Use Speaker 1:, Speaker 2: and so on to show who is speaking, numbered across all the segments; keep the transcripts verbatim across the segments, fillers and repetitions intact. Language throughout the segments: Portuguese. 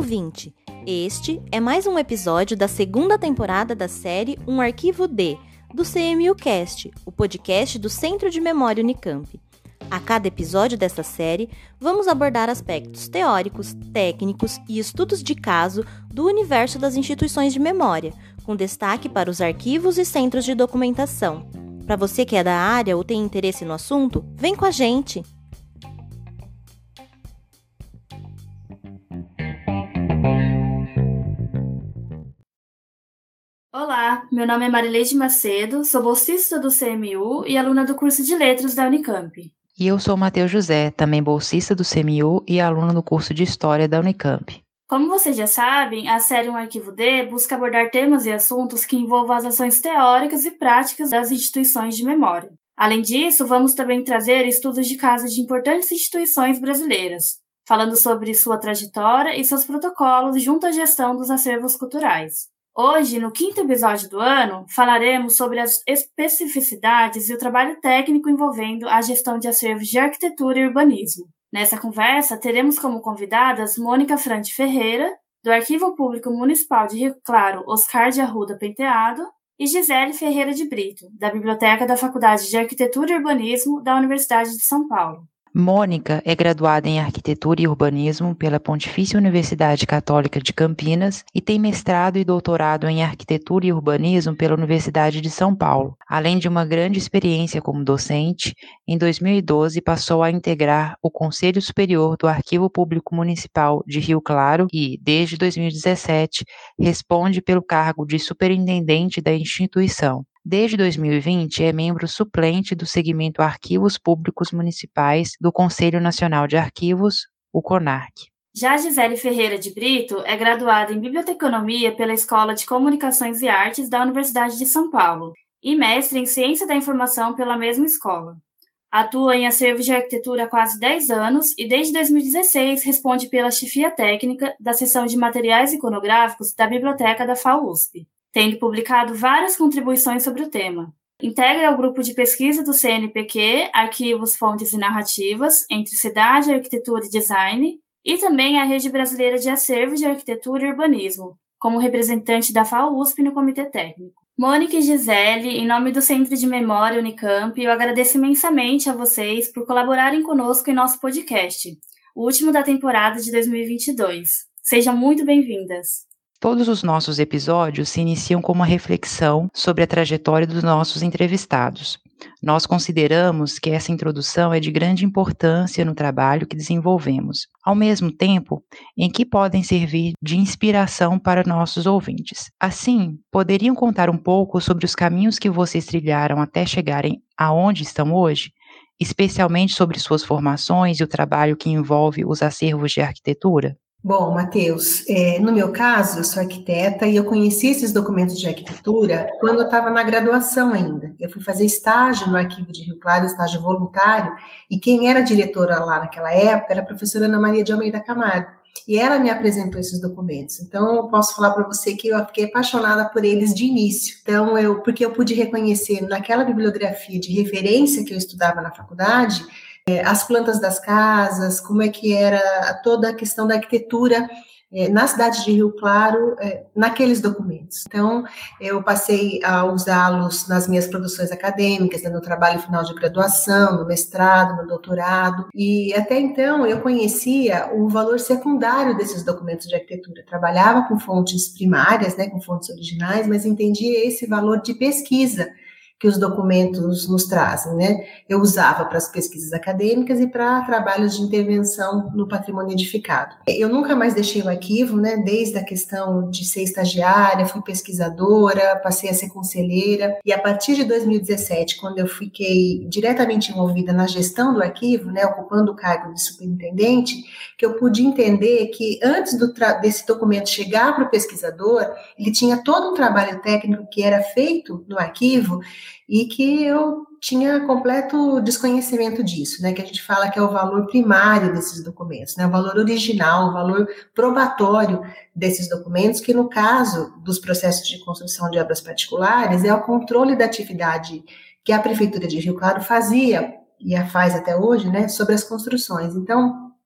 Speaker 1: ouvinte! Este é mais um episódio da segunda temporada da série Um Arquivo D, do C M U Cast, o podcast do Centro de Memória Unicamp. A cada episódio desta série, vamos abordar aspectos teóricos, técnicos e estudos de caso do universo das instituições de memória, com destaque para os arquivos e centros de documentação. Para você que é da área ou tem interesse no assunto, vem com a gente!
Speaker 2: Olá, meu nome é Marileide Macedo, sou bolsista do C M U e aluna do curso de Letras da Unicamp.
Speaker 3: E eu sou o Matheus José, também bolsista do C M U e aluno do curso de História da Unicamp.
Speaker 2: Como vocês já sabem, a série Um Arquivo D busca abordar temas e assuntos que envolvam as ações teóricas e práticas das instituições de memória. Além disso, vamos também trazer estudos de casos de importantes instituições brasileiras, falando sobre sua trajetória e seus protocolos junto à gestão dos acervos culturais. Hoje, no quinto episódio do ano, falaremos sobre as especificidades e o trabalho técnico envolvendo a gestão de acervos de arquitetura e urbanismo. Nessa conversa, teremos como convidadas Mônica Frante Ferreira, do Arquivo Público Municipal de Rio Claro, Oscar de Arruda Penteado, e Gisele Ferreira de Brito, da Biblioteca da Faculdade de Arquitetura e Urbanismo da Universidade de São Paulo.
Speaker 3: Mônica é graduada em Arquitetura e Urbanismo pela Pontifícia Universidade Católica de Campinas e tem mestrado e doutorado em Arquitetura e Urbanismo pela Universidade de São Paulo. Além de uma grande experiência como docente, em dois mil e doze passou a integrar o Conselho Superior do Arquivo Público Municipal de Rio Claro e, desde dois mil e dezessete, responde pelo cargo de superintendente da instituição. Desde dois mil e vinte, é membro suplente do segmento Arquivos Públicos Municipais do Conselho Nacional de Arquivos, o CONARC.
Speaker 2: Já Gisele Ferreira de Brito é graduada em Biblioteconomia pela Escola de Comunicações e Artes da Universidade de São Paulo e mestre em Ciência da Informação pela mesma escola. Atua em acervos de arquitetura há quase dez anos e desde dois mil e dezesseis responde pela chefia técnica da seção de materiais iconográficos da Biblioteca da F A U S P. Tendo publicado várias contribuições sobre o tema. Integra o grupo de pesquisa do C N P Q, Arquivos, Fontes e Narrativas, entre Cidade, Arquitetura e Design, e também a Rede Brasileira de Acervos de Arquitetura e Urbanismo, como representante da F A U S P no Comitê Técnico. Mônica e Gisele, em nome do Centro de Memória Unicamp, eu agradeço imensamente a vocês por colaborarem conosco em nosso podcast, o último da temporada de dois mil e vinte e dois. Sejam muito bem-vindas.
Speaker 3: Todos os nossos episódios se iniciam com uma reflexão sobre a trajetória dos nossos entrevistados. Nós consideramos que essa introdução é de grande importância no trabalho que desenvolvemos, ao mesmo tempo em que podem servir de inspiração para nossos ouvintes. Assim, poderiam contar um pouco sobre os caminhos que vocês trilharam até chegarem aonde estão hoje, especialmente sobre suas formações e o trabalho que envolve os acervos de arquitetura?
Speaker 4: Bom, Matheus, é, no meu caso, eu sou arquiteta e eu conheci esses documentos de arquitetura quando eu estava na graduação ainda. Eu fui fazer estágio no Arquivo de Rio Claro, estágio voluntário, e quem era diretora lá naquela época era a professora Ana Maria de Almeida Camargo, e ela me apresentou esses documentos. Então, eu posso falar para você que eu fiquei apaixonada por eles de início. Então, eu, porque eu pude reconhecer naquela bibliografia de referência que eu estudava na faculdade, as plantas das casas, como é que era toda a questão da arquitetura é, na cidade de Rio Claro, é, naqueles documentos. Então, eu passei a usá-los nas minhas produções acadêmicas, no meu trabalho final de graduação, no mestrado, no doutorado, e até então eu conhecia o valor secundário desses documentos de arquitetura. Eu trabalhava com fontes primárias, né, com fontes originais, mas entendia esse valor de pesquisa que os documentos nos trazem, né? Eu usava para as pesquisas acadêmicas e para trabalhos de intervenção no patrimônio edificado. Eu nunca mais deixei o arquivo, né? Desde a questão de ser estagiária, fui pesquisadora, passei a ser conselheira, e a partir de dois mil e dezessete, quando eu fiquei diretamente envolvida na gestão do arquivo, né? Ocupando o cargo de superintendente, que eu pude entender que antes do tra- desse documento chegar para o pesquisador, ele tinha todo um trabalho técnico que era feito no arquivo, e que eu tinha completo desconhecimento disso, né, que a gente fala que é o valor primário desses documentos, né, o valor original, o valor probatório desses documentos, que no caso dos processos de construção de obras particulares é o controle da atividade que a Prefeitura de Rio Claro fazia, e a faz até hoje, né, sobre as construções. Então,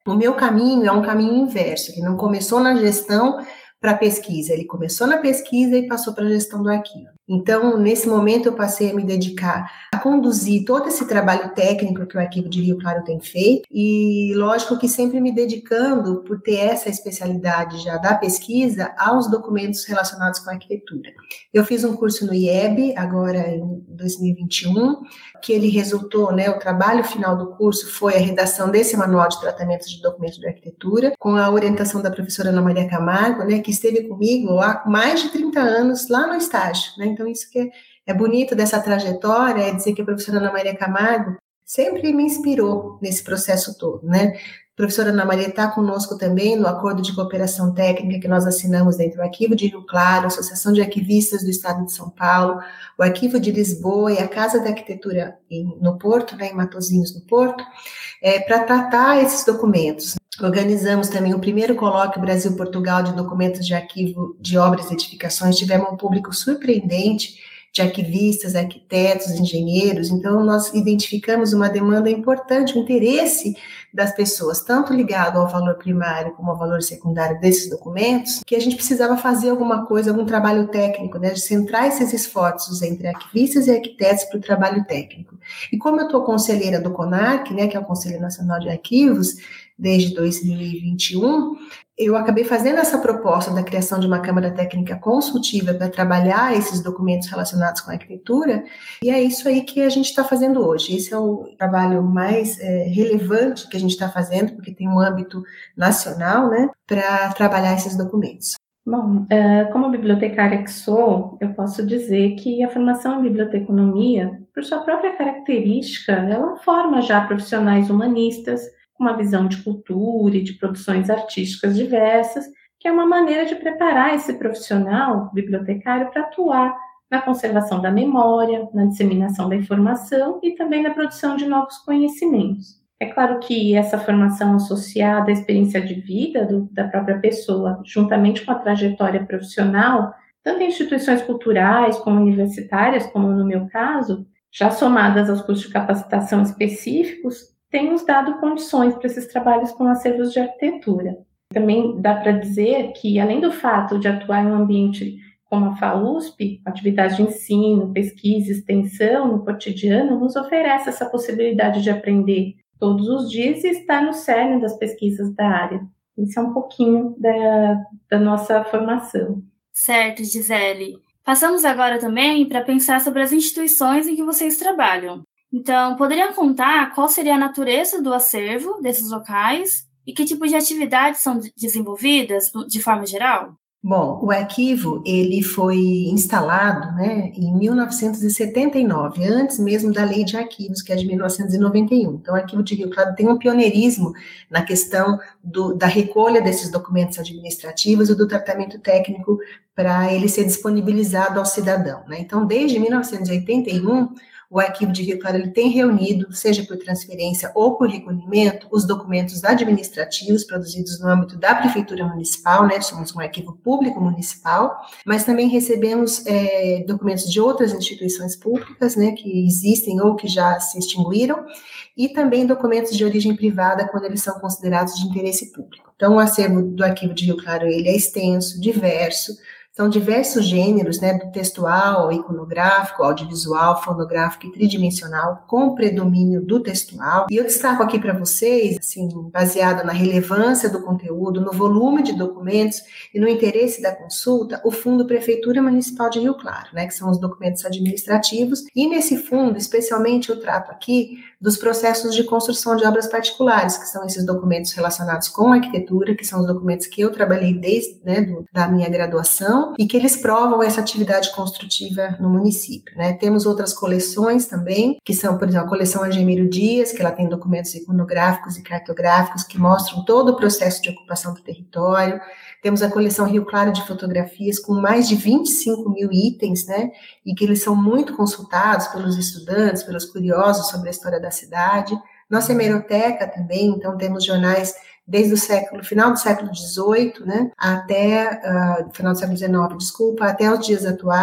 Speaker 4: O meu caminho é um caminho inverso, que não começou na gestão para a pesquisa, ele começou na pesquisa e passou para a gestão do arquivo. Então, nesse momento, eu passei a me dedicar a conduzir todo esse trabalho técnico que o Arquivo de Rio Claro tem feito e, lógico, que sempre me dedicando, por ter essa especialidade já da pesquisa, aos documentos relacionados com a arquitetura. Eu fiz um curso no I E B, agora em dois mil e vinte e um, que ele resultou, né, o trabalho final do curso foi a redação desse manual de tratamento de documentos de arquitetura, com a orientação da professora Ana Maria Camargo, né, que esteve comigo há mais de trinta anos lá no estágio, né? Então, isso que é, é bonito dessa trajetória, é dizer que a professora Ana Maria Camargo sempre me inspirou nesse processo todo, né? A professora Ana Maria está conosco também no acordo de cooperação técnica que nós assinamos dentro do Arquivo de Rio Claro, a Associação de Arquivistas do Estado de São Paulo, o Arquivo de Lisboa e a Casa da Arquitetura em, no Porto, né, em Matosinhos, no Porto, é, para tratar esses documentos. Organizamos também o primeiro colóquio Brasil-Portugal de documentos de arquivo de obras e edificações. Tivemos um público surpreendente de arquivistas, arquitetos, engenheiros. Então, nós identificamos uma demanda importante, um interesse das pessoas, tanto ligado ao valor primário como ao valor secundário desses documentos, que a gente precisava fazer alguma coisa, algum trabalho técnico, né, de centrar esses esforços entre arquivistas e arquitetos para o trabalho técnico. E como eu estou conselheira do CONARC, né, que é o Conselho Nacional de Arquivos, desde dois mil e vinte e um, eu acabei fazendo essa proposta da criação de uma Câmara Técnica Consultiva para trabalhar esses documentos relacionados com a arquitetura, e é isso aí que a gente está fazendo hoje. Esse é o trabalho mais é, relevante que a gente está fazendo, porque tem um âmbito nacional, né, para trabalhar esses documentos.
Speaker 5: Bom, como bibliotecária que sou, eu posso dizer que a formação em biblioteconomia, por sua própria característica, ela forma já profissionais humanistas, com uma visão de cultura e de produções artísticas diversas, que é uma maneira de preparar esse profissional bibliotecário para atuar na conservação da memória, na disseminação da informação e também na produção de novos conhecimentos. É claro que essa formação associada à experiência de vida do, da própria pessoa, juntamente com a trajetória profissional, tanto em instituições culturais como universitárias, como no meu caso, já somadas aos cursos de capacitação específicos, tem nos dado condições para esses trabalhos com acervos de arquitetura. Também dá para dizer que, além do fato de atuar em um ambiente como a FAUSP, atividades de ensino, pesquisa, extensão no cotidiano, nos oferece essa possibilidade de aprender todos os dias e estar no cerne das pesquisas da área. Isso é um pouquinho da, da nossa formação.
Speaker 2: Certo, Gisele. Passamos agora também para pensar sobre as instituições em que vocês trabalham. Então, poderiam contar qual seria a natureza do acervo desses locais e que tipo de atividades são desenvolvidas de forma geral?
Speaker 4: Bom, o arquivo ele foi instalado, né, em mil novecentos e setenta e nove, antes mesmo da Lei de Arquivos, que é de mil novecentos e noventa e um. Então, o Arquivo de Rio Claro tem um pioneirismo na questão do, da recolha desses documentos administrativos e do tratamento técnico para ele ser disponibilizado ao cidadão, né? Então, desde mil novecentos e oitenta e um, o Arquivo de Rio Claro ele tem reunido, seja por transferência ou por recolhimento, os documentos administrativos produzidos no âmbito da Prefeitura Municipal, né? Somos um arquivo público municipal, mas também recebemos é, documentos de outras instituições públicas, né, que existem ou que já se extinguiram, e também documentos de origem privada quando eles são considerados de interesse público. Então, o acervo do Arquivo de Rio Claro ele é extenso, diverso. São diversos gêneros, né, do textual, iconográfico, audiovisual, fonográfico e tridimensional, com predomínio do textual. E eu destaco aqui para vocês, assim, baseado na relevância do conteúdo, no volume de documentos e no interesse da consulta, o Fundo Prefeitura Municipal de Rio Claro, né, que são os documentos administrativos. E nesse fundo, especialmente, eu trato aqui dos processos de construção de obras particulares, que são esses documentos relacionados com a arquitetura, que são os documentos que eu trabalhei desde, né, do, da minha graduação, e que eles provam essa atividade construtiva no município, né? Temos outras coleções também, que são, por exemplo, a coleção Angemiro Dias, que ela tem documentos iconográficos e cartográficos que mostram todo o processo de ocupação do território. Temos a coleção Rio Claro de fotografias com mais de vinte e cinco mil itens, né? E que eles são muito consultados pelos estudantes, pelos curiosos sobre a história da cidade. Nossa hemeroteca também, então temos jornais desde o século, final do século dezoito, né, até, uh, final do século dezenove, desculpa, até os dias atuais,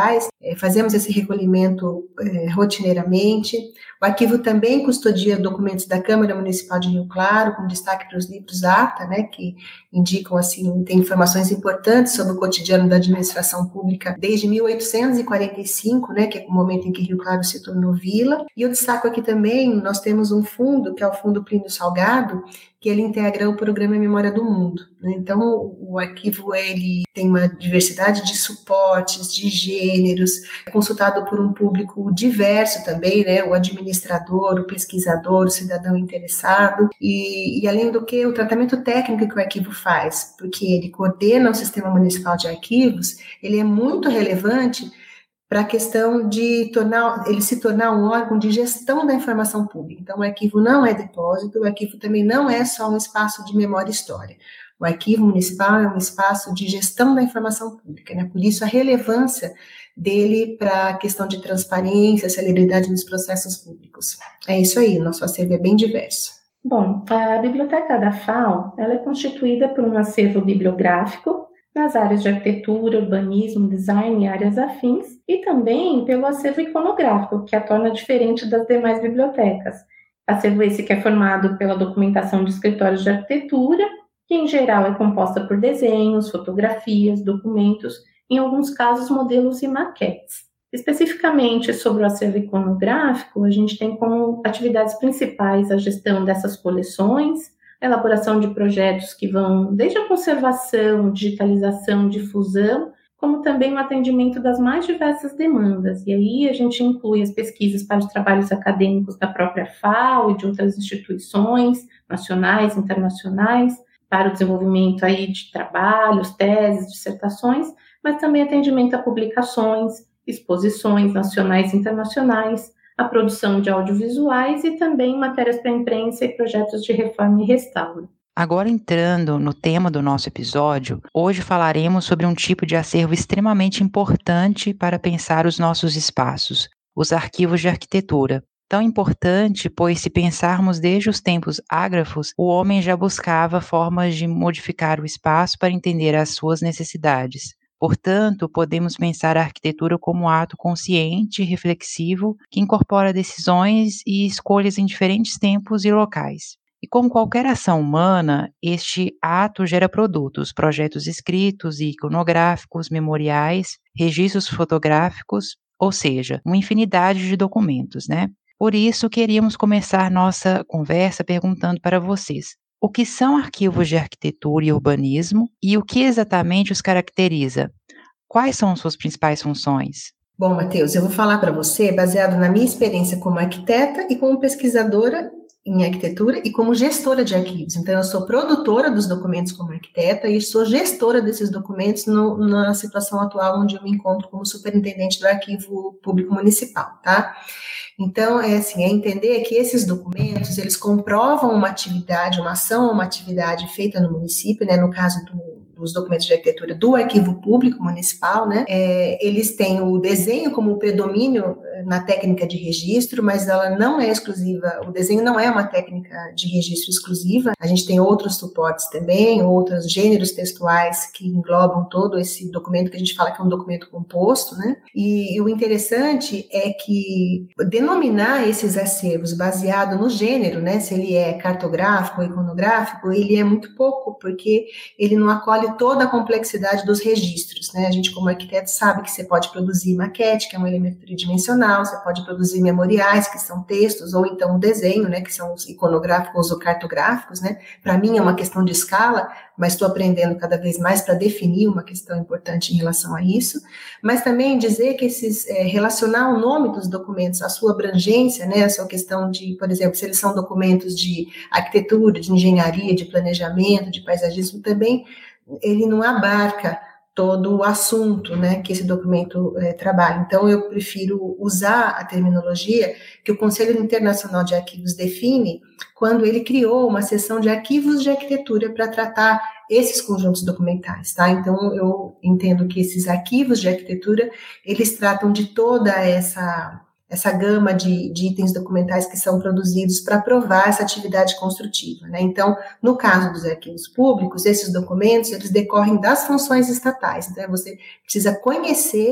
Speaker 4: é, fazemos esse recolhimento é, rotineiramente. O arquivo também custodia documentos da Câmara Municipal de Rio Claro, com destaque para os livros ata, né, que indicam, assim, tem informações importantes sobre o cotidiano da administração pública desde mil oitocentos e quarenta e cinco, né, que é o momento em que Rio Claro se tornou vila. E eu destaco aqui também, nós temos um fundo, que é o Fundo Plínio Salgado, que ele integra o Programa Memória do Mundo. Então, o arquivo ele tem uma diversidade de suportes, de gêneros, é consultado por um público diverso também, né? O administrador, o pesquisador, o cidadão interessado, e, e além do que, o tratamento técnico que o arquivo faz, porque ele coordena o Sistema Municipal de Arquivos, ele é muito relevante para a questão de tornar, ele se tornar um órgão de gestão da informação pública. Então, o arquivo não é depósito, o arquivo também não é só um espaço de memória e história. O arquivo municipal é um espaço de gestão da informação pública, né? Por isso, a relevância dele para a questão de transparência, celeridade nos processos públicos. É isso aí, nosso acervo é bem diverso.
Speaker 5: Bom, a Biblioteca da F A U ela é constituída por um acervo bibliográfico, nas áreas de arquitetura, urbanismo, design e áreas afins, e também pelo acervo iconográfico, que a torna diferente das demais bibliotecas. Acervo esse que é formado pela documentação de escritórios de arquitetura, que em geral é composta por desenhos, fotografias, documentos, em alguns casos modelos e maquetes. Especificamente sobre o acervo iconográfico, a gente tem como atividades principais a gestão dessas coleções, a elaboração de projetos que vão desde a conservação, digitalização, difusão, como também o atendimento das mais diversas demandas. E aí a gente inclui as pesquisas para os trabalhos acadêmicos da própria F A U e de outras instituições nacionais, internacionais, para o desenvolvimento aí de trabalhos, teses, dissertações, mas também atendimento a publicações, exposições nacionais e internacionais, a produção de audiovisuais e também matérias para imprensa e projetos de reforma e restauro.
Speaker 3: Agora entrando no tema do nosso episódio, hoje falaremos sobre um tipo de acervo extremamente importante para pensar os nossos espaços, os arquivos de arquitetura. Tão importante, pois se pensarmos desde os tempos ágrafos, o homem já buscava formas de modificar o espaço para entender as suas necessidades. Portanto, podemos pensar a arquitetura como um ato consciente e reflexivo que incorpora decisões e escolhas em diferentes tempos e locais. E como qualquer ação humana, este ato gera produtos, projetos escritos e iconográficos, memoriais, registros fotográficos, ou seja, uma infinidade de documentos, né? Por isso, queríamos começar nossa conversa perguntando para vocês: o que são arquivos de arquitetura e urbanismo e o que exatamente os caracteriza? Quais são suas principais funções?
Speaker 4: Bom, Matheus, eu vou falar para você baseado na minha experiência como arquiteta e como pesquisadora em arquitetura e como gestora de arquivos. Então, eu sou produtora dos documentos como arquiteta e sou gestora desses documentos no, na situação atual onde eu me encontro como superintendente do Arquivo Público Municipal, tá? Então, é assim, é entender que esses documentos, eles comprovam uma atividade, uma ação ou uma atividade feita no município, né, no caso do, dos documentos de arquitetura do Arquivo Público Municipal, né, é, eles têm o desenho como predomínio na técnica de registro, mas ela não é exclusiva, o desenho não é uma técnica de registro exclusiva, a gente tem outros suportes também, outros gêneros textuais que englobam todo esse documento que a gente fala que é um documento composto, né, e, e o interessante é que denominar esses acervos baseado no gênero, né, se ele é cartográfico ou iconográfico, ele é muito pouco, porque ele não acolhe toda a complexidade dos registros, né, a gente como arquiteto sabe que você pode produzir maquete, que é um elemento tridimensional, você pode produzir memoriais, que são textos, ou então o desenho, né, que são os iconográficos ou cartográficos, né, para mim é uma questão de escala, mas estou aprendendo cada vez mais para definir uma questão importante em relação a isso, mas também dizer que esses, é, relacionar o nome dos documentos, a sua abrangência, né, a sua questão de, por exemplo, se eles são documentos de arquitetura, de engenharia, de planejamento, de paisagismo, também ele não abarca todo o assunto, né, que esse documento é, trabalha. Então, eu prefiro usar a terminologia que o Conselho Internacional de Arquivos define quando ele criou uma seção de arquivos de arquitetura para tratar esses conjuntos documentais, tá? Então, eu entendo que esses arquivos de arquitetura, eles tratam de toda essa... essa gama de, de itens documentais que são produzidos para provar essa atividade construtiva, né? Então, no caso dos arquivos públicos, esses documentos, eles decorrem das funções estatais, então você precisa conhecer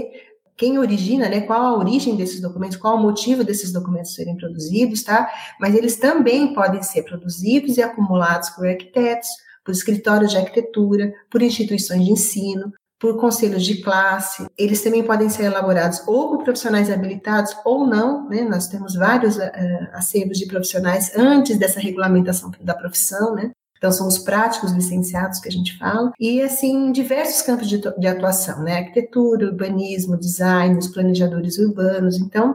Speaker 4: quem origina, né, qual a origem desses documentos, qual o motivo desses documentos serem produzidos, tá? Mas eles também podem ser produzidos e acumulados por arquitetos, por escritórios de arquitetura, por instituições de ensino, por conselhos de classe. Eles também podem ser elaborados ou por profissionais habilitados ou não, né? Nós temos vários uh, acervos de profissionais antes dessa regulamentação da profissão, né? Então, são os práticos licenciados que a gente fala, e, assim, diversos campos de, de atuação, né? Arquitetura, urbanismo, design, os planejadores urbanos. Então,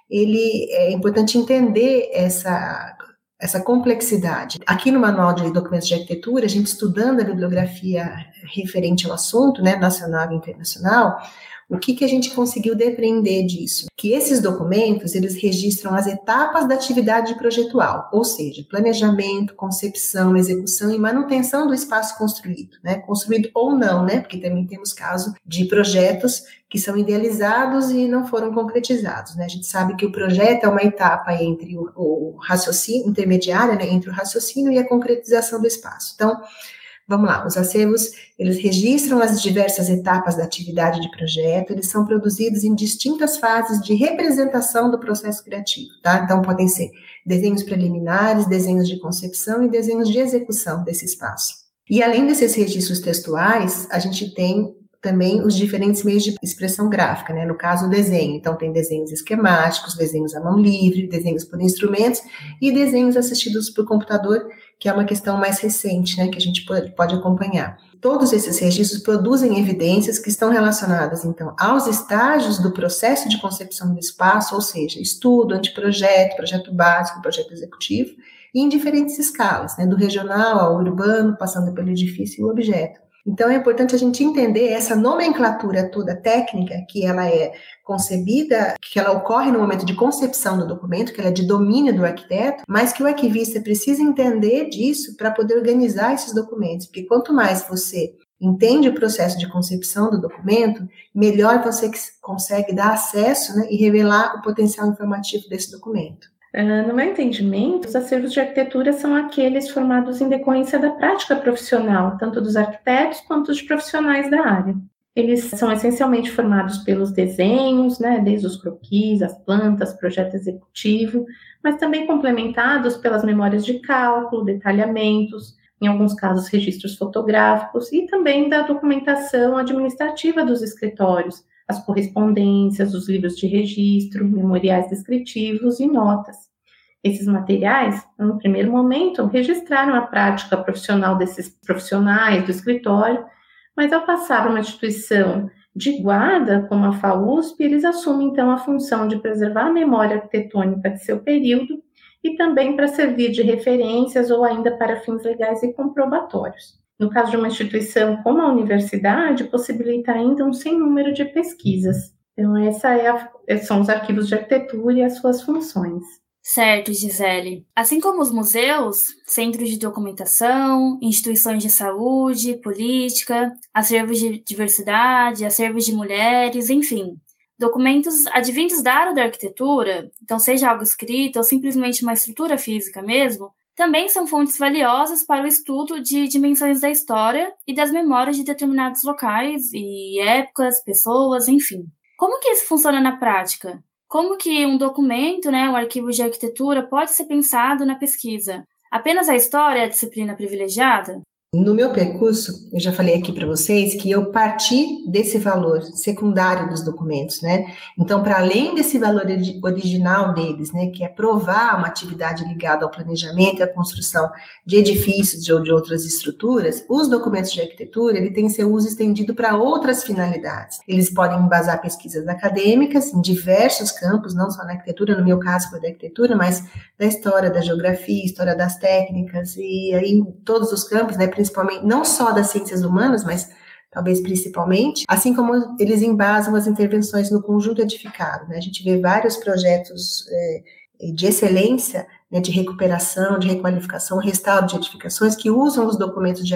Speaker 4: ele é importante entender essa, essa complexidade. Aqui no Manual de Documentos de Arquitetura, a gente estudando a bibliografia referente ao assunto, né, nacional e internacional, o que, que a gente conseguiu depreender disso? Que esses documentos, eles registram as etapas da atividade projetual, ou seja, planejamento, concepção, execução e manutenção do espaço construído, né? Construído ou não, né? Porque também temos caso de projetos que são idealizados e não foram concretizados, né? A gente sabe que o projeto é uma etapa entre o, o raciocínio, intermediária, né? Entre o raciocínio e a concretização do espaço. Então, vamos lá, os acervos, eles registram as diversas etapas da atividade de projeto, eles são produzidos em distintas fases de representação do processo criativo, tá? Então, podem ser desenhos preliminares, desenhos de concepção e desenhos de execução desse espaço. E além desses registros textuais, a gente tem também os diferentes meios de expressão gráfica, né? No caso, o desenho. Então, tem desenhos esquemáticos, desenhos à mão livre, desenhos por instrumentos e desenhos assistidos por computador, que é uma questão mais recente, né? Que a gente pode, pode acompanhar. Todos esses registros produzem evidências que estão relacionadas, então, aos estágios do processo de concepção do espaço, ou seja, estudo, anteprojeto, projeto básico, projeto executivo, e em diferentes escalas, né? Do regional ao urbano, passando pelo edifício e o objeto. Então, é importante a gente entender essa nomenclatura toda técnica, que ela é concebida, que ela ocorre no momento de concepção do documento, que ela é de domínio do arquiteto, mas que o arquivista precisa entender disso para poder organizar esses documentos, porque quanto mais você entende o processo de concepção do documento, melhor você consegue dar acesso, né, e revelar o potencial informativo desse documento.
Speaker 5: Uh, no meu entendimento, os acervos de arquitetura são aqueles formados em decorrência da prática profissional, tanto dos arquitetos quanto dos profissionais da área. Eles são essencialmente formados pelos desenhos, né, desde os croquis, as plantas, projeto executivo, mas também complementados pelas memórias de cálculo, detalhamentos, em alguns casos registros fotográficos e também da documentação administrativa dos escritórios, as correspondências, os livros de registro, memoriais descritivos e notas. Esses materiais, no primeiro momento, registraram a prática profissional desses profissionais do escritório, mas ao passar a uma instituição de guarda, como a FAUSP, eles assumem, então, a função de preservar a memória arquitetônica de seu período e também para servir de referências ou ainda para fins legais e comprobatórios. No caso de uma instituição como a universidade, possibilita ainda um sem número de pesquisas. Então, essa é a, são os arquivos de arquitetura e as suas funções.
Speaker 2: Certo, Gisele. Assim como os museus, centros de documentação, instituições de saúde, política, acervos de diversidade, acervos de mulheres, enfim, documentos advindos da área da arquitetura, então seja algo escrito ou simplesmente uma estrutura física mesmo, também são fontes valiosas para o estudo de dimensões da história e das memórias de determinados locais e épocas, pessoas, enfim. Como que isso funciona na prática? Como que um documento, né, um arquivo de arquitetura pode ser pensado na pesquisa? Apenas a história é a disciplina privilegiada?
Speaker 4: No meu percurso, eu já falei aqui para vocês que eu parti desse valor secundário dos documentos, né? Então, para além desse valor original deles, né, que é provar uma atividade ligada ao planejamento e à construção de edifícios ou de outras estruturas, os documentos de arquitetura, ele tem seu uso estendido para outras finalidades. Eles podem embasar pesquisas acadêmicas em diversos campos, não só na arquitetura, no meu caso foi da arquitetura, mas da história, da geografia, história das técnicas, e aí em todos os campos, né, principalmente, não só das ciências humanas, mas talvez principalmente, assim como eles embasam as intervenções no conjunto edificado, né? A gente vê vários projetos é, de excelência, né, de recuperação, de requalificação, restauro de edificações, que usam os documentos de,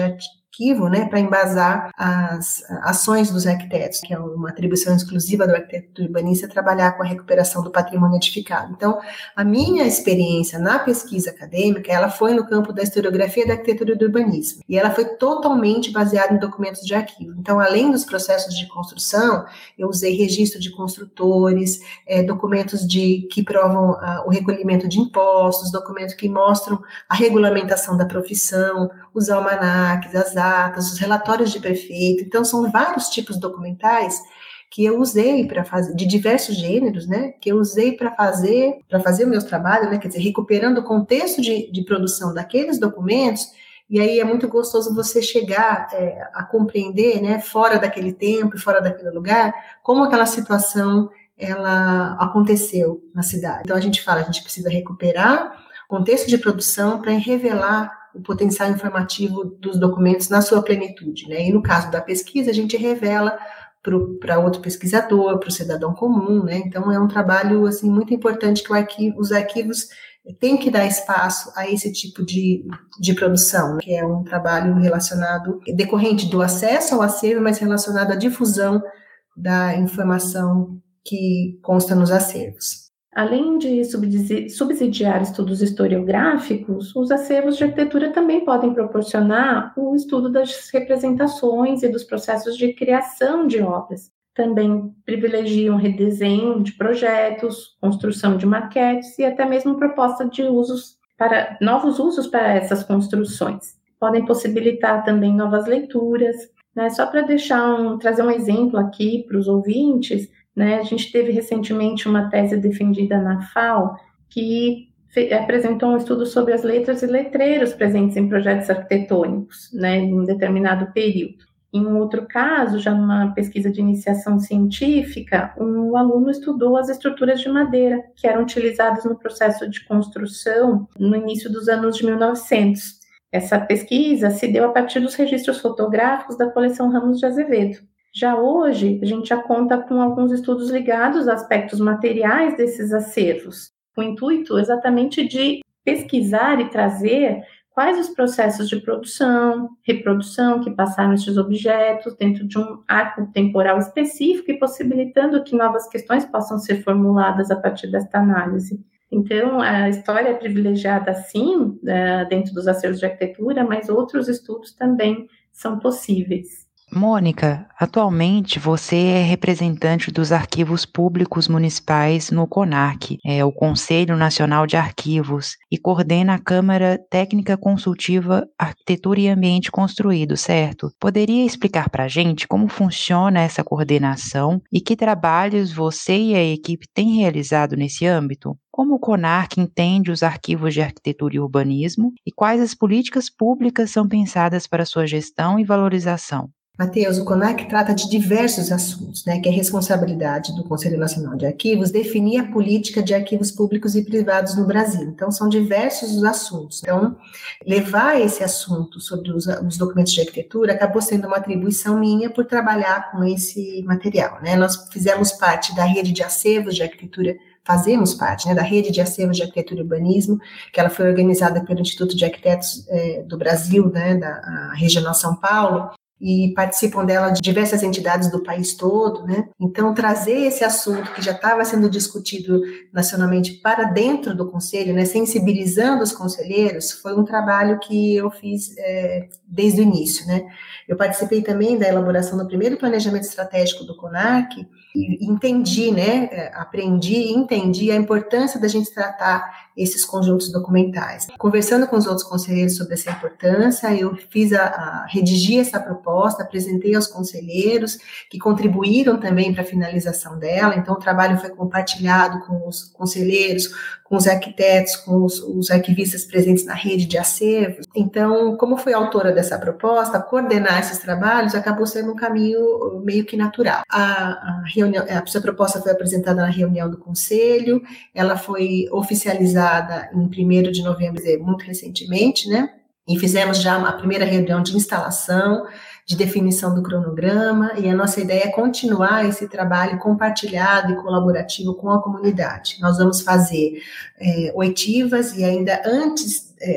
Speaker 4: arquivo, né, para embasar as ações dos arquitetos, que é uma atribuição exclusiva do arquiteto urbanista trabalhar com a recuperação do patrimônio edificado. Então, a minha experiência na pesquisa acadêmica, ela foi no campo da historiografia da arquitetura e do urbanismo, e ela foi totalmente baseada em documentos de arquivo. Então, além dos processos de construção, eu usei registro de construtores, é, documentos de, que provam ah, o recolhimento de impostos, documentos que mostram a regulamentação da profissão, os almanaques, as atas, os relatórios de prefeito. Então, são vários tipos documentais que eu usei para fazer, de diversos gêneros, né, que eu usei para fazer, para fazer o meu trabalho, né, quer dizer, recuperando o contexto de, de produção daqueles documentos. E aí é muito gostoso você chegar é, a compreender, né, fora daquele tempo e fora daquele lugar, como aquela situação ela aconteceu na cidade. Então a gente fala, a gente precisa recuperar o contexto de produção para revelar o potencial informativo dos documentos na sua plenitude, né? E no caso da pesquisa, a gente revela para outro pesquisador, para o cidadão comum, né? Então é um trabalho assim muito importante que o arquivo, os arquivos têm que dar espaço a esse tipo de, de produção, né? Que é um trabalho relacionado, decorrente do acesso ao acervo, mas relacionado à difusão da informação que consta nos acervos.
Speaker 5: Além de subsidiar estudos historiográficos, os acervos de arquitetura também podem proporcionar o estudo das representações e dos processos de criação de obras. Também privilegiam redesenho de projetos, construção de maquetes e até mesmo proposta de usos para novos usos para essas construções. Podem possibilitar também novas leituras, né? Só para deixar um, trazer um exemplo aqui para os ouvintes, né, a gente teve recentemente uma tese defendida na F A O que fe- apresentou um estudo sobre as letras e letreiros presentes em projetos arquitetônicos, né, em um determinado período. Em um outro caso, já numa pesquisa de iniciação científica, um aluno estudou as estruturas de madeira que eram utilizadas no processo de construção no início dos anos de mil e novecentos. Essa pesquisa se deu a partir dos registros fotográficos da coleção Ramos de Azevedo. Já hoje, a gente já conta com alguns estudos ligados a aspectos materiais desses acervos, com o intuito exatamente de pesquisar e trazer quais os processos de produção, reprodução que passaram esses objetos dentro de um arco temporal específico e possibilitando que novas questões possam ser formuladas a partir desta análise. Então, a história é privilegiada, sim, dentro dos acervos de arquitetura, mas outros estudos também são possíveis.
Speaker 3: Mônica, atualmente você é representante dos arquivos públicos municipais no CONARC, é o Conselho Nacional de Arquivos, e coordena a Câmara Técnica Consultiva Arquitetura e Ambiente Construído, certo? Poderia explicar para a gente como funciona essa coordenação e que trabalhos você e a equipe têm realizado nesse âmbito? Como o CONARC entende os arquivos de arquitetura e urbanismo e quais as políticas públicas são pensadas para sua gestão e valorização?
Speaker 4: Matheus, o CONARC trata de diversos assuntos, né, que é responsabilidade do Conselho Nacional de Arquivos definir a política de arquivos públicos e privados no Brasil. Então, são diversos os assuntos. Então, levar esse assunto sobre os, os documentos de arquitetura acabou sendo uma atribuição minha por trabalhar com esse material, né? Nós fizemos parte da rede de acervos de arquitetura, fazemos parte, né, da rede de acervos de arquitetura e urbanismo, que ela foi organizada pelo Instituto de Arquitetos eh, do Brasil, né, da Regional São Paulo, e participam dela de diversas entidades do país todo, né? Então, trazer esse assunto que já estava sendo discutido nacionalmente para dentro do Conselho, né, sensibilizando os conselheiros, foi um trabalho que eu fiz é, desde o início, né? Eu participei também da elaboração do primeiro planejamento estratégico do CONARC e entendi, né, aprendi e entendi a importância da gente tratar esses conjuntos documentais. Conversando com os outros conselheiros sobre essa importância, eu fiz a, a redigi essa proposta, apresentei aos conselheiros, que contribuíram também para a finalização dela, então o trabalho foi compartilhado com os conselheiros, com os arquitetos, com os, os arquivistas presentes na rede de acervos. Então, como fui autora dessa proposta, coordenar esses trabalhos acabou sendo um caminho meio que natural. A, a, reunião, a sua proposta foi apresentada na reunião do Conselho, ela foi oficializada em primeiro de novembro, muito recentemente, né? E fizemos já a primeira reunião de instalação, de definição do cronograma, e a nossa ideia é continuar esse trabalho compartilhado e colaborativo com a comunidade. Nós vamos fazer é, oitivas e ainda antes, é,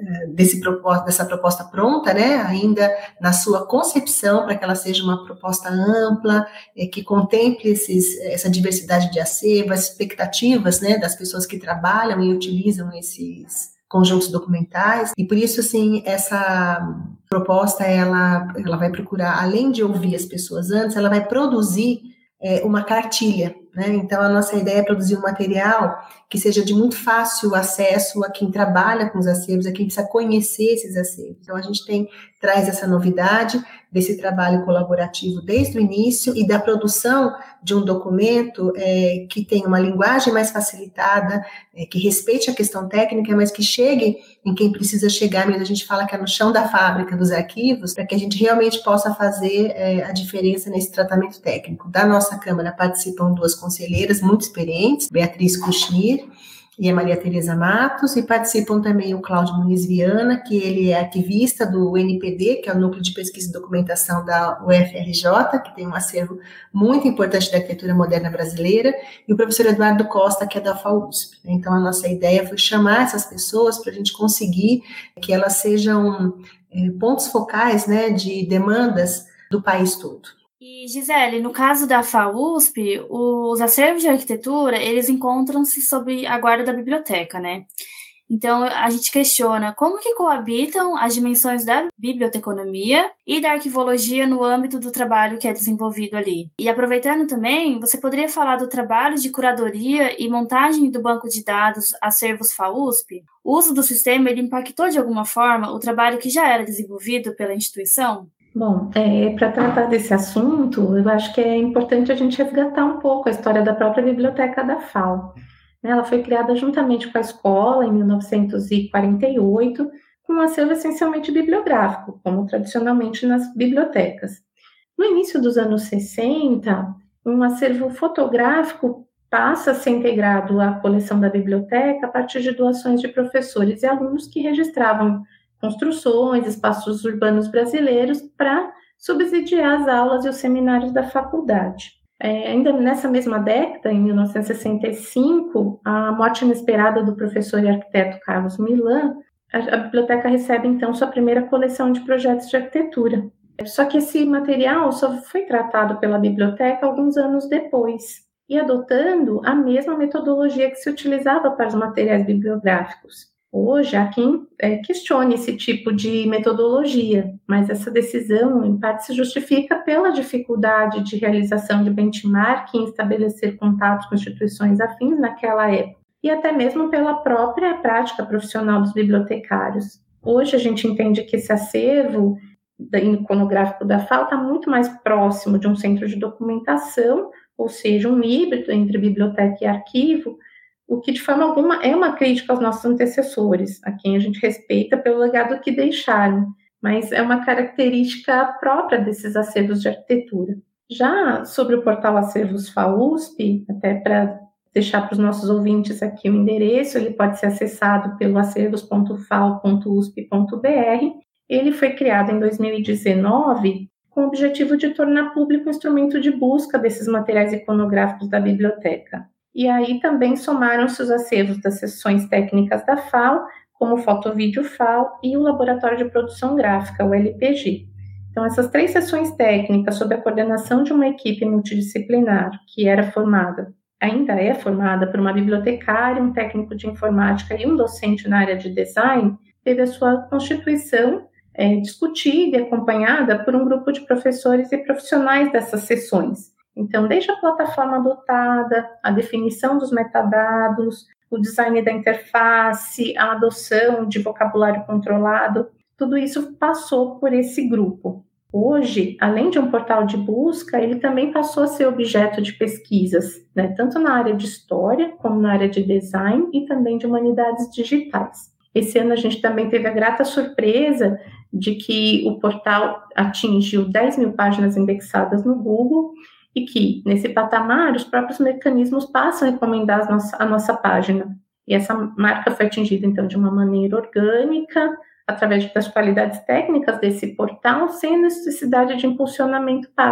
Speaker 4: desse proposta, dessa proposta pronta, né, ainda na sua concepção, para que ela seja uma proposta ampla, é, que contemple esses, essa diversidade de acervo, as expectativas, né, das pessoas que trabalham e utilizam esses conjuntos documentais, e por isso, assim, essa proposta, ela, ela vai procurar, além de ouvir as pessoas antes, ela vai produzir é, uma cartilha, né? Então, a nossa ideia é produzir um material que seja de muito fácil acesso a quem trabalha com os acervos, a quem precisa conhecer esses acervos. Então, a gente tem, traz essa novidade desse trabalho colaborativo desde o início e da produção de um documento é, que tenha uma linguagem mais facilitada, é, que respeite a questão técnica, mas que chegue em quem precisa chegar, mesmo a gente fala que é no chão da fábrica dos arquivos, para que a gente realmente possa fazer é, a diferença nesse tratamento técnico. Da nossa Câmara participam duas conselheiras muito experientes, Beatriz Kuchnir e a Maria Tereza Matos, e participam também o Cláudio Muniz Viana, que ele é arquivista do N P D, que é o Núcleo de Pesquisa e Documentação da U F R J, que tem um acervo muito importante da arquitetura moderna brasileira, e o professor Eduardo Costa, que é da FAUSP. Então, a nossa ideia foi chamar essas pessoas para a gente conseguir que elas sejam é, pontos focais, né, de demandas do país todo.
Speaker 2: E, Gisele, no caso da FAUSP, os acervos de arquitetura, eles encontram-se sob a guarda da biblioteca, né? Então, a gente questiona como que coabitam as dimensões da biblioteconomia e da arquivologia no âmbito do trabalho que é desenvolvido ali. E aproveitando também, você poderia falar do trabalho de curadoria e montagem do banco de dados Acervos FAUSP? O uso do sistema, ele impactou de alguma forma o trabalho que já era desenvolvido pela instituição?
Speaker 5: Bom, é, para tratar desse assunto, eu acho que é importante a gente resgatar um pouco a história da própria biblioteca da F A U. Ela foi criada juntamente com a escola em mil novecentos e quarenta e oito, com um acervo essencialmente bibliográfico, como tradicionalmente nas bibliotecas. No início dos anos sessenta, um acervo fotográfico passa a ser integrado à coleção da biblioteca a partir de doações de professores e alunos que registravam construções, espaços urbanos brasileiros para subsidiar as aulas e os seminários da faculdade. É, ainda nessa mesma década, em mil novecentos e sessenta e cinco, a morte inesperada do professor e arquiteto Carlos Milan, a, a biblioteca recebe então sua primeira coleção de projetos de arquitetura. Só que esse material só foi tratado pela biblioteca alguns anos depois, e adotando a mesma metodologia que se utilizava para os materiais bibliográficos. Hoje, há quem é, questione esse tipo de metodologia, mas essa decisão, em parte, se justifica pela dificuldade de realização de benchmarking e estabelecer contatos com instituições afins naquela época, e até mesmo pela própria prática profissional dos bibliotecários. Hoje, a gente entende que esse acervo iconográfico da F A U está muito mais próximo de um centro de documentação, ou seja, um híbrido entre biblioteca e arquivo, o que de forma alguma é uma crítica aos nossos antecessores, a quem a gente respeita pelo legado que deixaram, mas é uma característica própria desses acervos de arquitetura. Já sobre o portal Acervos FAUSP, até para deixar para os nossos ouvintes aqui o endereço, ele pode ser acessado pelo acervos ponto f a u ponto u s p ponto b r. Ele foi criado em dois mil e dezenove com o objetivo de tornar público o instrumento de busca desses materiais iconográficos da biblioteca. E aí também somaram-se os acervos das seções técnicas da F A U, como o Foto-Vídeo F A U e o Laboratório de Produção Gráfica, o L P G. Então, essas três seções técnicas, sob a coordenação de uma equipe multidisciplinar, que era formada, ainda é formada por uma bibliotecária, um técnico de informática e um docente na área de design, teve a sua constituição é, discutida e acompanhada por um grupo de professores e profissionais dessas seções. Então, desde a plataforma adotada, a definição dos metadados, o design da interface, a adoção de vocabulário controlado, tudo isso passou por esse grupo. Hoje, além de um portal de busca, ele também passou a ser objeto de pesquisas, né, tanto na área de história, como na área de design e também de humanidades digitais. Esse ano a gente também teve a grata surpresa de que o portal atingiu dez mil páginas indexadas no Google, e que, nesse patamar, os próprios mecanismos passam a recomendar a nossa, a nossa página. E essa marca foi atingida, então, de uma maneira orgânica, através das qualidades técnicas desse portal, sem necessidade de impulsionamento pago.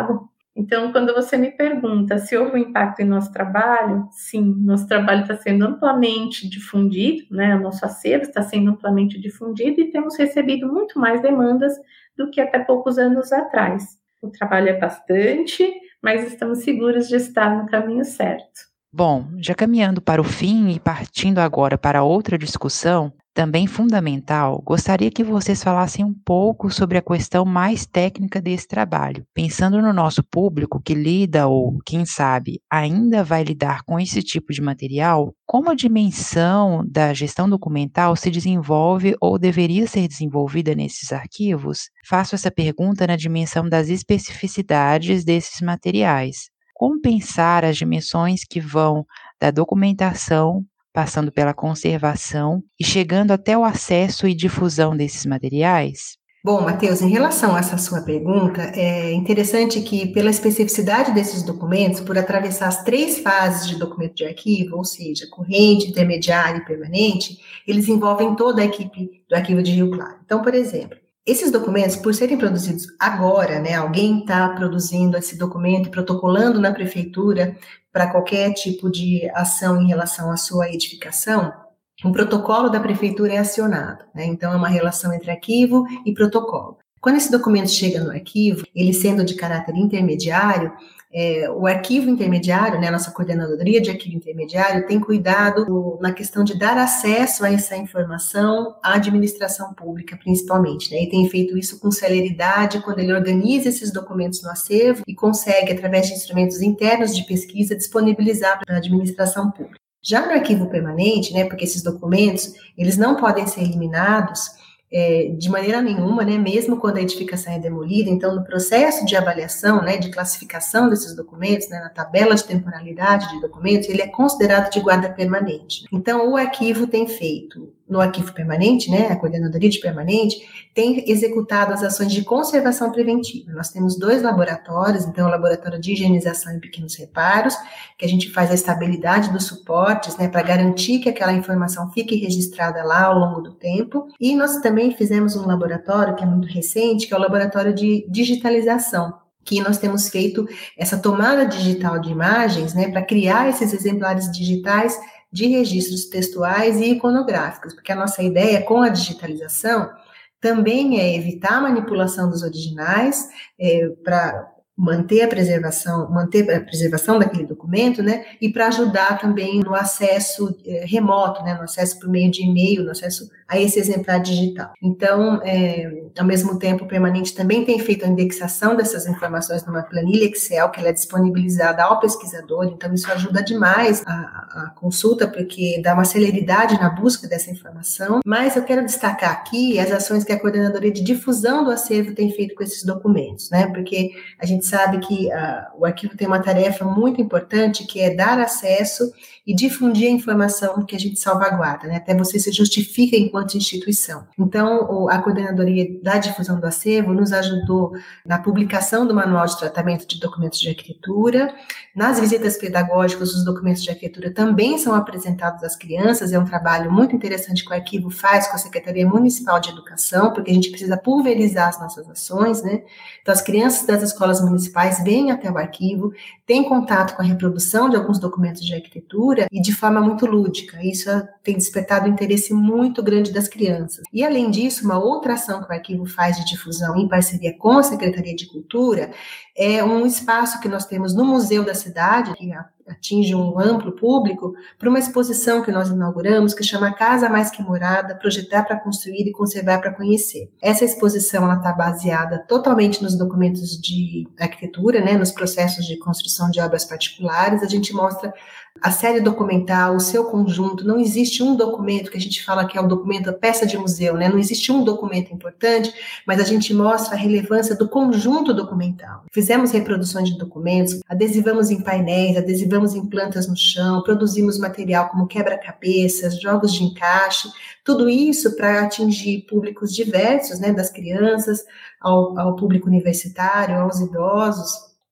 Speaker 5: Então, quando você me pergunta se houve um impacto em nosso trabalho, sim, nosso trabalho está sendo amplamente difundido, né? O nosso acervo está sendo amplamente difundido e temos recebido muito mais demandas do que até poucos anos atrás. O trabalho é bastante, mas estamos seguros de estar no caminho certo.
Speaker 3: Bom, já caminhando para o fim e partindo agora para outra discussão, também fundamental, gostaria que vocês falassem um pouco sobre a questão mais técnica desse trabalho. Pensando no nosso público que lida ou, quem sabe, ainda vai lidar com esse tipo de material, como a dimensão da gestão documental se desenvolve ou deveria ser desenvolvida nesses arquivos? Faço essa pergunta na dimensão das especificidades desses materiais. Como pensar as dimensões que vão da documentação, passando pela conservação e chegando até o acesso e difusão desses materiais?
Speaker 4: Bom, Matheus, em relação a essa sua pergunta, é interessante que, pela especificidade desses documentos, por atravessar as três fases de documento de arquivo, ou seja, corrente, intermediário e permanente, eles envolvem toda a equipe do Arquivo de Rio Claro. Então, por exemplo, esses documentos, por serem produzidos agora, né, alguém está produzindo esse documento e protocolando na prefeitura para qualquer tipo de ação em relação à sua edificação, um protocolo da prefeitura é acionado, né? Então é uma relação entre arquivo e protocolo. Quando esse documento chega no arquivo, ele sendo de caráter intermediário, é, o arquivo intermediário, né, a nossa coordenadoria de arquivo intermediário, tem cuidado na questão de dar acesso a essa informação à administração pública, principalmente, né, e tem feito isso com celeridade quando ele organiza esses documentos no acervo e consegue, através de instrumentos internos de pesquisa, disponibilizar para a administração pública. Já no arquivo permanente, né, porque esses documentos, eles não podem ser eliminados É, de maneira nenhuma, né, mesmo quando a edificação é demolida. Então, no processo de avaliação, né, de classificação desses documentos, né, na tabela de temporalidade de documentos, ele é considerado de guarda permanente. Então, o arquivo tem feito, no arquivo permanente, né, a coordenadoria de permanente, tem executado as ações de conservação preventiva. Nós temos dois laboratórios, então, o laboratório de higienização e pequenos reparos, que a gente faz a estabilidade dos suportes, né, para garantir que aquela informação fique registrada lá ao longo do tempo, e nós também fizemos um laboratório que é muito recente, que é o laboratório de digitalização, que nós temos feito essa tomada digital de imagens, né, para criar esses exemplares digitais de registros textuais e iconográficos, porque a nossa ideia com a digitalização também é evitar a manipulação dos originais, é, para manter a preservação, manter a preservação daquele documento, né, e para ajudar também no acesso é, remoto, né, no acesso por meio de e-mail, no acesso a esse exemplar digital. Então, é, ao mesmo tempo, o Permanente também tem feito a indexação dessas informações numa planilha Excel, que ela é disponibilizada ao pesquisador, então isso ajuda demais a, a consulta, porque dá uma celeridade na busca dessa informação. Mas eu quero destacar aqui as ações que a Coordenadoria de Difusão do Acervo tem feito com esses documentos, né, porque a gente sabe que uh, o arquivo tem uma tarefa muito importante, que é dar acesso e difundir a informação que a gente salvaguarda, né, até você se justifica enquanto instituição. Então, a Coordenadoria da Difusão do Acervo nos ajudou na publicação do Manual de Tratamento de Documentos de Arquitetura. Nas visitas pedagógicas, os documentos de arquitetura também são apresentados às crianças, é um trabalho muito interessante que o arquivo faz com a Secretaria Municipal de Educação, porque a gente precisa pulverizar as nossas ações, né? Então, as crianças das escolas municipais vêm até o arquivo, têm contato com a reprodução de alguns documentos de arquitetura e de forma muito lúdica. Isso tem despertado um interesse muito grande das crianças. E, além disso, uma outra ação que o arquivo faz de difusão em parceria com a Secretaria de Cultura é um espaço que nós temos no Museu da Cidade, que atinge um amplo público, para uma exposição que nós inauguramos, que chama Casa Mais Que Morada, Projetar para Construir e Conservar para Conhecer. Essa exposição está baseada totalmente nos documentos de arquitetura, né, nos processos de construção de obras particulares. A gente mostra a série documental, o seu conjunto. Não existe um documento que a gente fala que é o documento, a peça de museu, né? Não existe um documento importante, mas a gente mostra a relevância do conjunto documental. Fizemos reproduções de documentos, adesivamos em painéis, adesivamos em plantas no chão, produzimos material como quebra-cabeças, jogos de encaixe, tudo isso para atingir públicos diversos, né? Das crianças ao, ao público universitário, aos idosos.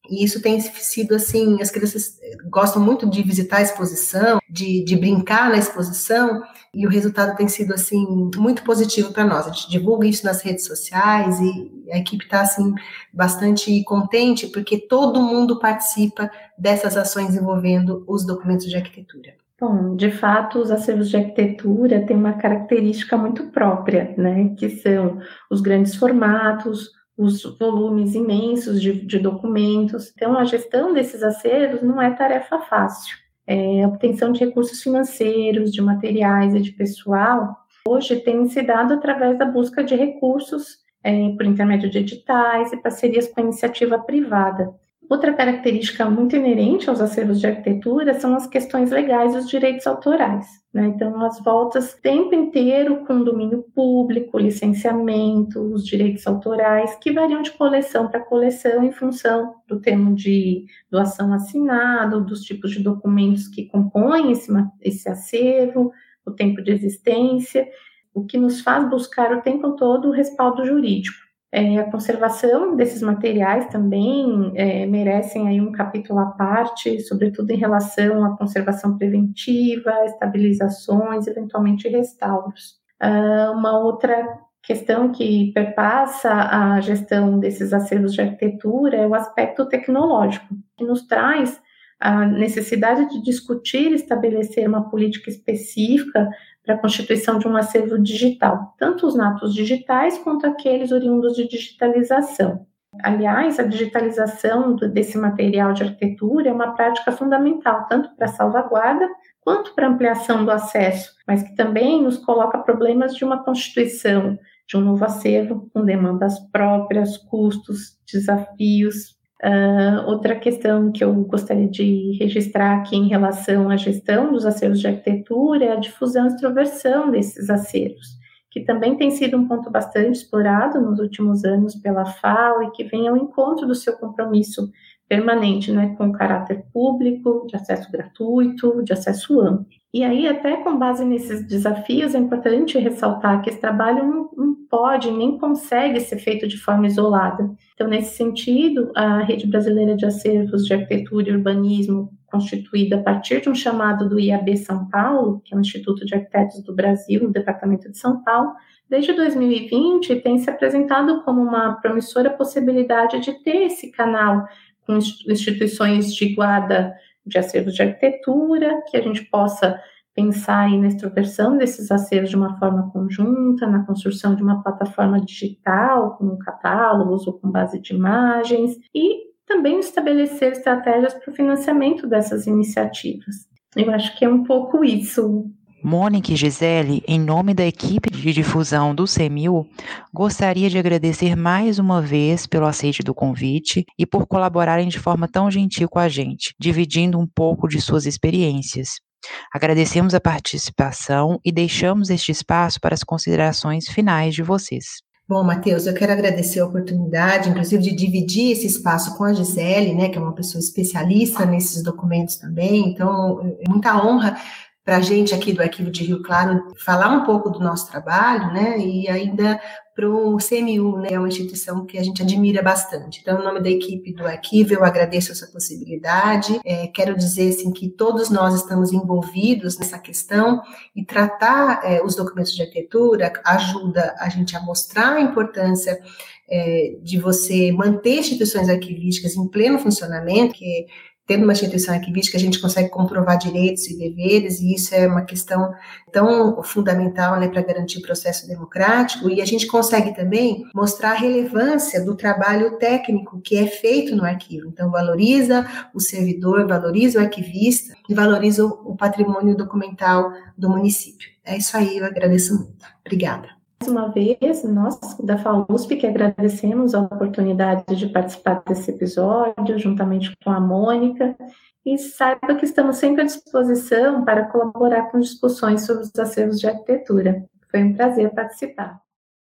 Speaker 4: E isso tem sido assim, as crianças gostam muito de visitar a exposição, de, de brincar na exposição, e o resultado tem sido assim muito positivo para nós. A gente divulga isso nas redes sociais e a equipe está assim bastante contente porque todo mundo participa dessas ações envolvendo os documentos de arquitetura.
Speaker 5: Bom, de fato, os acervos de arquitetura têm uma característica muito própria, né, que são os grandes formatos, os volumes imensos de, de documentos. Então, a gestão desses acervos não é tarefa fácil. É, a obtenção de recursos financeiros, de materiais e de pessoal, hoje tem se dado através da busca de recursos é, por intermédio de editais e parcerias com a iniciativa privada. Outra característica muito inerente aos acervos de arquitetura são as questões legais e os direitos autorais, né? Então, as voltas o tempo inteiro com domínio público, licenciamento, os direitos autorais, que variam de coleção para coleção em função do termo de doação assinado, dos tipos de documentos que compõem esse, esse acervo, o tempo de existência, o que nos faz buscar o tempo todo o respaldo jurídico. É, a conservação desses materiais também é, merecem aí um capítulo à parte, sobretudo em relação à conservação preventiva, estabilizações, eventualmente restauros. Uh, uma outra questão que perpassa a gestão desses acervos de arquitetura é o aspecto tecnológico, que nos traz a necessidade de discutir e estabelecer uma política específica para a constituição de um acervo digital, tanto os natos digitais quanto aqueles oriundos de digitalização. Aliás, a digitalização desse material de arquitetura é uma prática fundamental, tanto para a salvaguarda quanto para a ampliação do acesso, mas que também nos coloca problemas de uma constituição de um novo acervo com demandas próprias, custos, desafios. Uh, outra questão que eu gostaria de registrar aqui em relação à gestão dos acervos de arquitetura é a difusão e extroversão desses acervos, que também tem sido um ponto bastante explorado nos últimos anos pela F A O e que vem ao encontro do seu compromisso permanente, né, com o caráter público, de acesso gratuito, de acesso amplo. E aí, até com base nesses desafios, é importante ressaltar que esse trabalho não, não pode nem consegue ser feito de forma isolada. Então, nesse sentido, a Rede Brasileira de Acervos de Arquitetura e Urbanismo, constituída a partir de um chamado do I A B São Paulo, que é o Instituto de Arquitetos do Brasil, no Departamento de São Paulo, desde dois mil e vinte tem se apresentado como uma promissora possibilidade de ter esse canal com instituições de guarda de acervos de arquitetura, que a gente possa pensar aí na extroversão desses acervos de uma forma conjunta, na construção de uma plataforma digital, com catálogos ou com base de imagens, e também estabelecer estratégias para o financiamento dessas iniciativas. Eu acho que é um pouco isso.
Speaker 3: Mônica e Gisele, em nome da equipe de difusão do C M U, gostaria de agradecer mais uma vez pelo aceite do convite e por colaborarem de forma tão gentil com a gente, dividindo um pouco de suas experiências. Agradecemos a participação e deixamos este espaço para as considerações finais de vocês.
Speaker 4: Bom, Matheus, eu quero agradecer a oportunidade, inclusive, de dividir esse espaço com a Gisele, né, que é uma pessoa especialista nesses documentos também, então é muita honra para a gente aqui do Arquivo de Rio Claro falar um pouco do nosso trabalho, né, e ainda para o C M U, né, é uma instituição que a gente admira bastante. Então, em nome da equipe do arquivo, eu agradeço essa possibilidade, é, quero dizer, assim, que todos nós estamos envolvidos nessa questão e tratar é, os documentos de arquitetura ajuda a gente a mostrar a importância é, de você manter instituições arquivísticas em pleno funcionamento, que tendo uma instituição arquivística, a gente consegue comprovar direitos e deveres, e isso é uma questão tão fundamental, né, para garantir o processo democrático, e a gente consegue também mostrar a relevância do trabalho técnico que é feito no arquivo. Então, valoriza o servidor, valoriza o arquivista e valoriza o patrimônio documental do município. É isso aí, eu agradeço muito. Obrigada.
Speaker 5: Mais uma vez, nós da FAUSP que agradecemos a oportunidade de participar desse episódio, juntamente com a Mônica, e saiba que estamos sempre à disposição para colaborar com discussões sobre os acervos de arquitetura. Foi um prazer participar.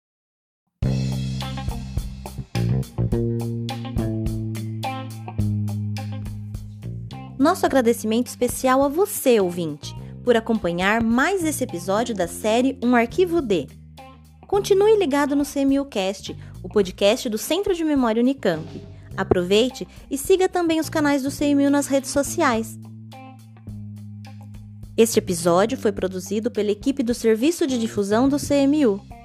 Speaker 1: Nosso agradecimento especial a você, ouvinte, por acompanhar mais esse episódio da série Um Arquivo D. Continue ligado no C M U Cast, o podcast do Centro de Memória Unicamp. Aproveite e siga também os canais do C M U nas redes sociais. Este episódio foi produzido pela equipe do Serviço de Difusão do C M U.